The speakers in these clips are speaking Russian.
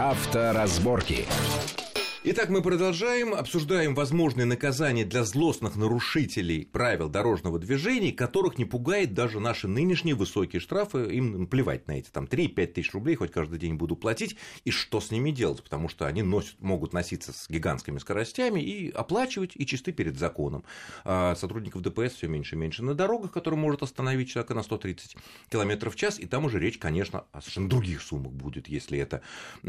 Авторазборки. Итак, мы продолжаем, обсуждаем возможные наказания для злостных нарушителей правил дорожного движения, которых не пугает даже наши нынешние высокие штрафы. Им плевать на эти там 3-5 тысяч рублей, хоть каждый день буду платить, и что с ними делать, потому что они могут носиться с гигантскими скоростями и оплачивать, и чисты перед законом. А сотрудников ДПС все меньше и меньше на дорогах, которые может остановить человека на 130 км в час, и там уже речь, конечно, о совершенно других суммах будет, если это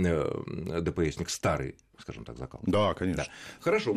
ДПСник старый, скажем так, закал. Да, конечно. Да. Хорошо.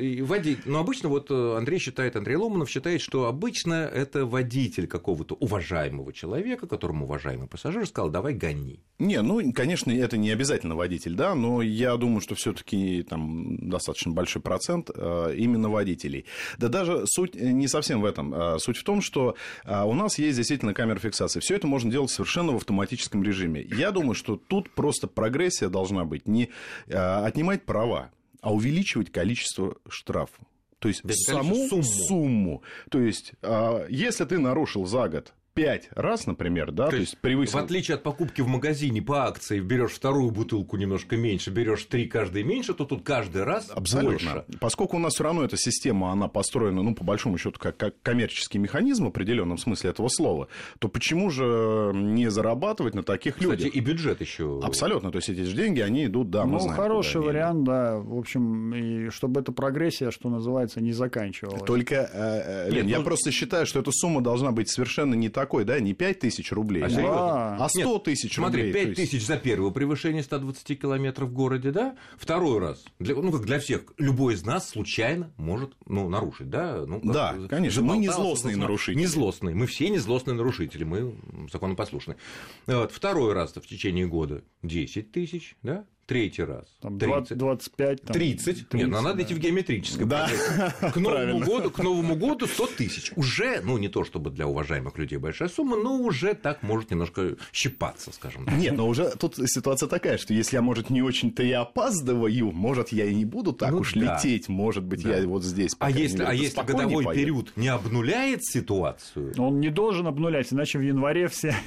Но обычно Андрей Ломанов считает, что обычно это водитель какого-то уважаемого человека, которому уважаемый пассажир сказал: давай гони. Не, конечно, это не обязательно водитель, да, но я думаю, что все-таки там достаточно большой процент именно водителей. Да даже суть не совсем в этом. Суть в том, что у нас есть действительно камера фиксации. Все это можно делать совершенно в автоматическом режиме. Я думаю, что тут просто прогрессия должна быть не отнимать права, а увеличивать количество штрафов. То есть саму сумму. То есть, если ты нарушил за год 5 раз, например, да, то есть превысил... В отличие от покупки в магазине по акции, берешь вторую бутылку немножко меньше, берешь 3 каждой меньше, то тут каждый раз абсолютно больше. Поскольку у нас все равно эта система, она построена, по большому счету, как коммерческий механизм в определенном смысле этого слова, то почему же не зарабатывать на таких людях? Кстати, и бюджет еще. Абсолютно, то есть эти же деньги, они идут, да, мы знаем. Хороший вариант, да, в общем, и чтобы эта прогрессия, что называется, не заканчивалась. Только, Лен, я просто считаю, что эта сумма должна быть совершенно не такой, да, не 5 тысяч рублей, а 100 тысяч рублей. Смотри, 5 тысяч за первое превышение 120 километров в городе, да? Второй раз, как для всех, любой из нас случайно может нарушить, да? Да, конечно, мы не злостные нарушители. Не злостные, мы все не злостные нарушители, мы законопослушные. Второй раз в течение года 10 тысяч, да? Третий раз. Там 30, 25, там 30. Нет, надо идти в геометрическое. Да. К Новому году 100 тысяч. Уже, не то чтобы для уважаемых людей большая сумма, но уже так может немножко щипаться, скажем так. Нет, но уже тут ситуация такая, что если я, может, не очень-то и опаздываю, может, я и не буду так лететь, может быть, я вот здесь. А если годовой период не обнуляет ситуацию? Он не должен обнулять, иначе в январе все...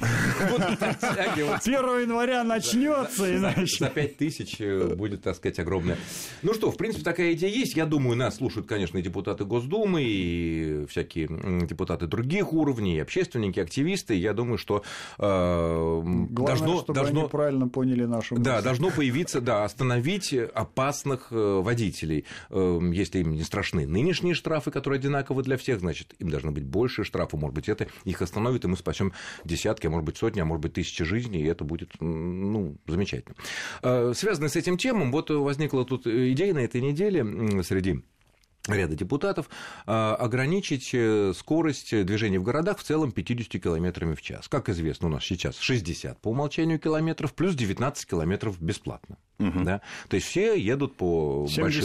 1 января начнется, иначе... За 5 тысяч будет, так сказать, огромная. Ну что, в принципе, такая идея есть. Я думаю, нас слушают, конечно, и депутаты Госдумы, и всякие депутаты других уровней, и общественники, активисты. Я думаю, что главное, чтобы они правильно поняли нашу мысль. Да, должно появиться, остановить опасных водителей. Если им не страшны нынешние штрафы, которые одинаковы для всех, значит, им должны быть больше штрафы. Может быть, это их остановит, и мы спасем десятки, а может быть, сотни, а может быть, тысячи жизней, и это будет, замечательно. Связанная с этим темам, возникла тут идея на этой неделе среди ряда депутатов ограничить скорость движения в городах в целом 50 километрами в час. Как известно, у нас сейчас 60 по умолчанию километров, плюс 19 километров бесплатно. Угу. Да? То есть все едут по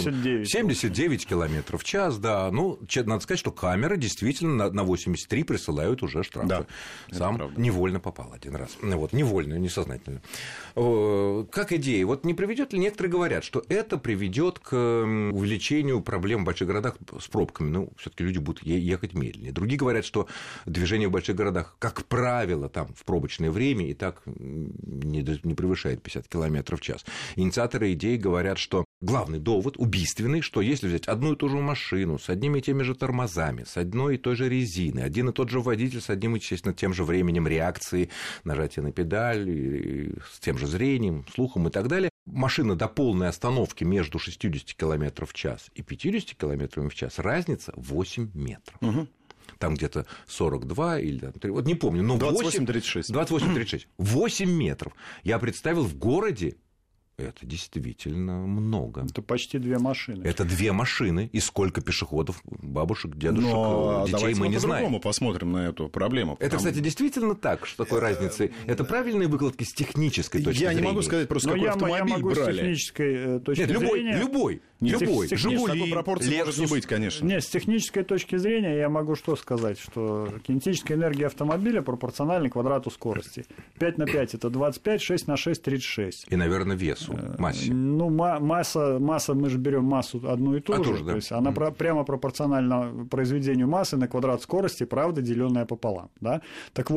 79 километров в час, да. Надо сказать, что камеры действительно на 83 присылают уже штрафы. Да, сам невольно попал один раз. Невольно, несознательно. Как идея? Не приведет ли, некоторые говорят, что это приведет к увеличению проблем в больших городах с пробками. Все-таки люди будут ехать медленнее. Другие говорят, что движение в больших городах, как правило, там в пробочное время и так не превышает 50 километров в час. Инициаторы идеи говорят, что главный довод убийственный, что если взять одну и ту же машину с одними и теми же тормозами, с одной и той же резиной, один и тот же водитель с одним, естественно, тем же временем реакции, нажатия на педаль, с тем же зрением, слухом и так далее, машина до полной остановки между 60 км в час и 50 км в час, разница 8 метров. Угу. Там где-то 42 или 3, не помню, но 28-36. 28-36. 8 метров. Я представил в городе. Это действительно много. Это почти 2 машины. Это 2 машины. И сколько пешеходов, бабушек, дедушек, детей мы не знаем. Давайте по-другому посмотрим на эту проблему. Это, кстати, действительно так, что такой разницы. Это правильные выкладки с технической точки зрения. Я не могу сказать просто, какой автомобиль я могу брали. С технической точки зрения... Любой. «Жигули», такой пропорции может не быть, конечно. Нет, с технической точки зрения я могу что сказать, что кинетическая энергия автомобиля пропорциональна квадрату скорости. 5 на 5 – это 25, 6 на 6 – 36. И, наверное, весу, массе. Масса, мы же берем массу одну и ту же. Да. То есть она прямо пропорциональна произведению массы на квадрат скорости, правда, деленная пополам. Да? Так вот,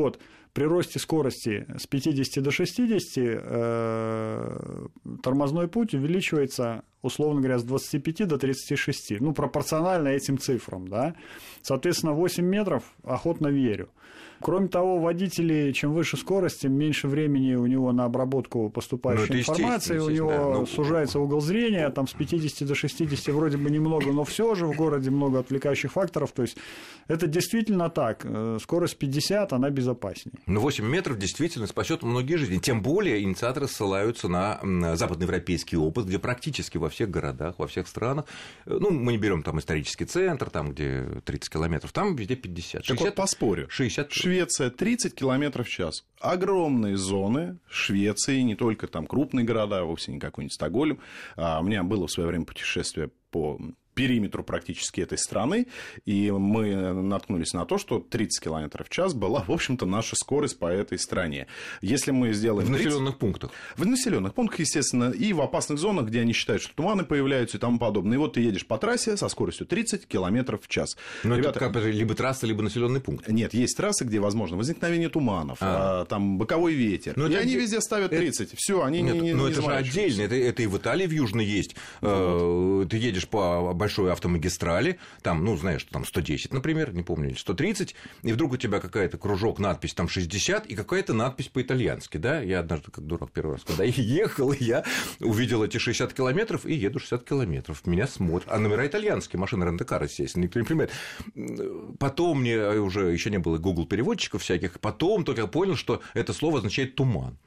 при росте скорости с 50 до 60 тормозной путь увеличивается, условно говоря, с 25 до 36, ну, пропорционально этим цифрам, да. Соответственно, 8 метров охотно верю. Кроме того, водители, чем выше скорость, тем меньше времени у него на обработку поступающей информации, у него сужается угол зрения, там с 50 до 60 вроде бы немного, но все же в городе много отвлекающих факторов, то есть это действительно так, скорость 50, она безопаснее. Но 8 метров действительно спасет многие жизни, тем более инициаторы ссылаются на западноевропейский опыт, где практически во всех городах, во всех странах, ну, мы не берем там исторический центр, там, где 30 километров, там везде 50. 60, так вот поспорю. 60. Швеция 30 километров в час. Огромные зоны Швеции, не только там крупные города, вовсе не какой-нибудь Стокгольм. У меня было в свое время путешествие по периметру практически этой страны, и мы наткнулись на то, что 30 км в час была, в общем-то, наша скорость по этой стране. Если мы сделаем... В населенных пунктах. В населенных пунктах, естественно, и в опасных зонах, где они считают, что туманы появляются и тому подобное. И вот ты едешь по трассе со скоростью 30 км в час. Но ребята, это либо трасса, либо населенный пункт. Нет, есть трассы, где возможно возникновение туманов, там боковой ветер. Но и они везде ставят 30. Все, они не но это же отдельно. Это и в Италии, в Южной есть. Ты едешь по большой автомагистрали, там, ну, знаешь, там 110, например, не помню, или 130, и вдруг у тебя какая-то кружок, надпись там 60, и какая-то надпись по-итальянски, да? Я однажды, как дурак, первый раз, когда ехал, я увидел эти 60 километров и еду 60 километров. Меня смотрят. А номера итальянские, машины рент-а-кар, естественно, никто не понимает. Потом мне уже еще не было Google переводчиков всяких, потом только я понял, что это слово означает туман.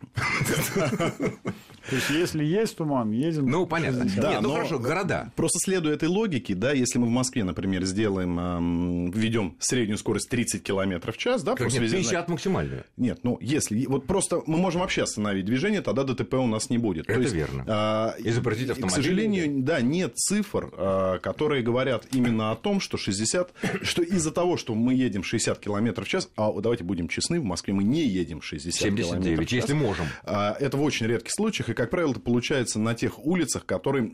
То есть, если есть туман, едем... Ну, понятно. Да, нет, ну, хорошо, города. Просто следуя этой логике, да, если мы в Москве, например, введем среднюю скорость 30 км в час, да, как нет, 50 максимальную. Нет, ну, если... Вот просто мы можем вообще остановить движение, тогда ДТП у нас не будет. Это верно. И запретить автомобили. К сожалению, да, нет цифр, которые говорят именно о том, что 60... Что из-за того, что мы едем 60 км в час, а давайте будем честны, в Москве мы не едем 60 79, км в час. если можем. Это в очень редких случаях, и, как правило, это получается на тех улицах, которые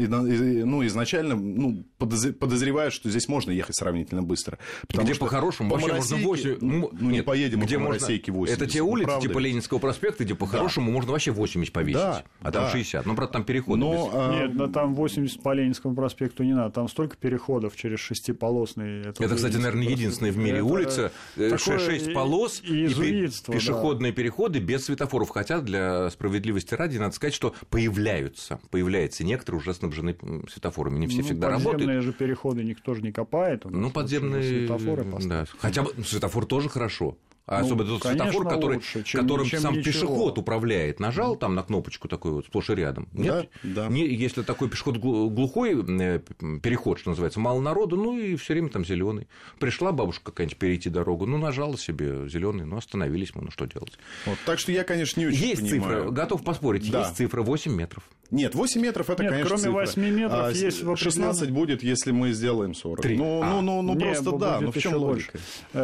изначально подозревают, что здесь можно ехать сравнительно быстро. Где по-хорошему вообще можно 8... не поедем где по можно... Моросейке 80. Это те улицы, типа Ленинского проспекта, где по-хорошему можно вообще 80 повесить, а там 60. Ну, правда, там переходы. Нет, но там 80 по Ленинскому проспекту не надо. Там столько переходов через шестиполосный. Это, кстати, наверное, единственная в мире улица. 6 полос и пешеходные переходы без светофоров. Хотя, для справедливости ради, надо сказать, что появляются некоторые уже снабжены светофорами. Не все всегда работают. Подземные же переходы никто же не копает. Ну, подземные... Светофоры да. Хотя бы светофор тоже хорошо. А особенно тот светофор, которым сам ничего. Пешеход управляет. Нажал там на кнопочку такой вот сплошь и рядом. Нет? Да. Если такой пешеход глухой переход, что называется, мало народу, ну и все время там зеленый. Пришла бабушка какая-нибудь перейти дорогу, ну нажала себе зеленый, ну остановились мы, ну что делать. Вот, так что я, конечно, не очень есть понимаю. Цифра, готов поспорить, есть цифра 8 метров. Нет, 8 метров это, конечно, кроме 8 метров есть 16 будет, если мы сделаем 40. 3. Ну просто да, но в чем логика?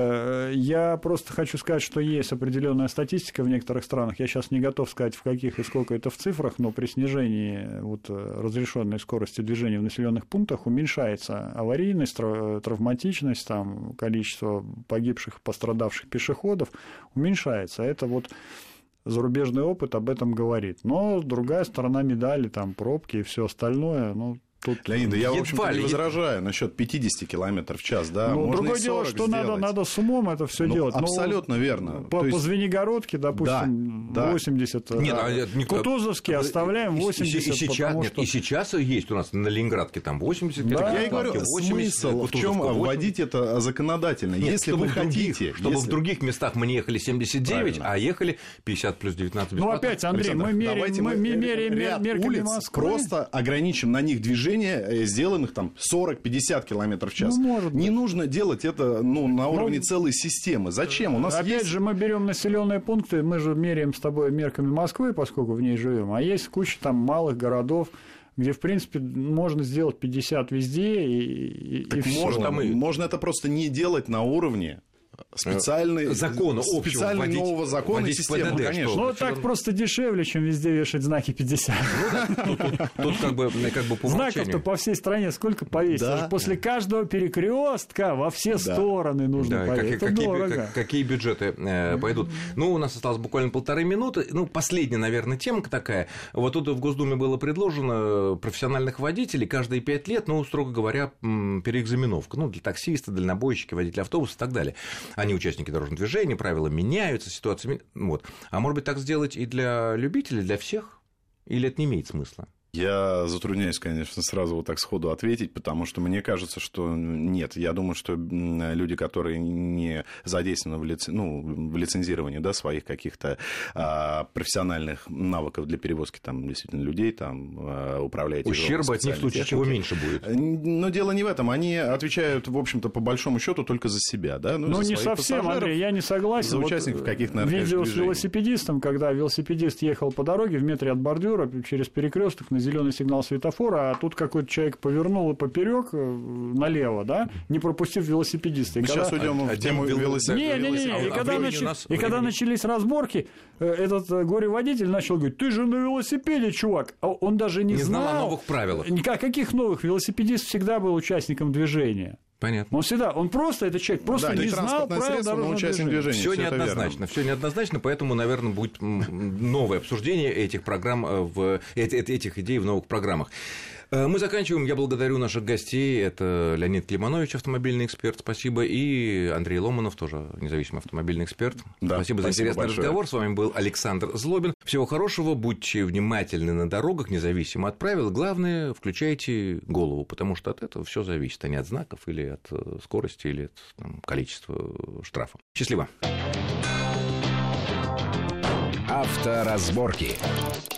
Я просто хочу сказать, что есть определенная статистика в некоторых странах. Я сейчас не готов сказать, в каких и сколько это в цифрах, но при снижении разрешенной скорости движения в населенных пунктах уменьшается аварийность, травматичность, там, количество погибших, пострадавших пешеходов уменьшается. Это зарубежный опыт об этом говорит. Но другая сторона медали, там пробки и все остальное, тут... Леонид, я, в общем-то, не возражаю насчет 50 км в час, да. Ну, другое дело, что надо с умом это все делать. Абсолютно верно. По Звенигородке, допустим, 80, Кутузовский оставляем 80. И сейчас есть у нас на Ленинградке там 80. Я и говорю, смысл в чем вводить это законодательно. Если вы хотите... Чтобы в других местах мы не ехали 79, а ехали 50 плюс 19 бесплатно. Ну, опять, Андрей, мы меряем мерками Москвы. Просто ограничим на них движение, сделанных там 40-50 км в час. Не нужно делать это на уровне целой системы. Зачем? У нас опять же, мы берем населенные пункты, мы же меряем с тобой мерками Москвы, поскольку в ней живем, а есть куча там малых городов, где, в принципе, можно сделать 50 везде, и можно это просто не делать на уровне специальный нового закона и системы, ПДД, конечно. Ну, так просто дешевле, чем везде вешать знаки 50. Тут как бы по умолчанию. Знаков-то по всей стране сколько повесить? Да. После каждого перекрестка во все стороны нужно повесить. Это дорого. Какие бюджеты пойдут? Ну, у нас осталось буквально 1,5 минуты. Ну, последняя, наверное, темка такая. Вот тут в Госдуме было предложено профессиональных водителей каждые 5 лет, ну, строго говоря, переэкзаменовка. Ну, для таксиста, дальнобойщики, водителей автобуса и так далее. Они участники дорожного движения, правила меняются, ситуация... Вот. А может быть, так сделать и для любителей, для всех? Или это не имеет смысла? Я затрудняюсь, конечно, сразу вот так сходу ответить, потому что мне кажется, что нет. Я думаю, что люди, которые не задействованы в лицензировании, да, своих каких-то профессиональных навыков для перевозки там, действительно людей, там, управляют... Ущерба от них в случае чего меньше будет. Но дело не в этом. Они отвечают, в общем-то, по большому счету только за себя. Да? Ну, не совсем, Андрей, я не согласен. За участников каких-то наркотических движений. Видео с велосипедистом, когда велосипедист ехал по дороге в метре от бордюра через перекресток на зеленый сигнал светофора, а тут какой-то человек повернул и поперек налево, да, не пропустив велосипедиста. Мы сейчас уйдем в тему велосипеда. Не. И когда начались разборки, этот горе-водитель начал говорить: ты же на велосипеде, чувак. А он даже не знал о новых правилах. Каких новых? Велосипедист всегда был участником движения. Понятно. Он просто, этот человек, просто не знал правил дорожного движения. Все неоднозначно, поэтому, наверное, будет новое обсуждение этих программ, этих идей в новых программах. Мы заканчиваем. Я благодарю наших гостей. Это Леонид Климанович, автомобильный эксперт, спасибо, и Андрей Ломанов, тоже независимый автомобильный эксперт. Да, спасибо за интересный разговор. С вами был Александр Злобин. Всего хорошего, будьте внимательны на дорогах, независимо от правил. Главное, включайте голову, потому что от этого все зависит, а не от знаков или от скорости, или от количества штрафов. Счастливо. Авторазборки.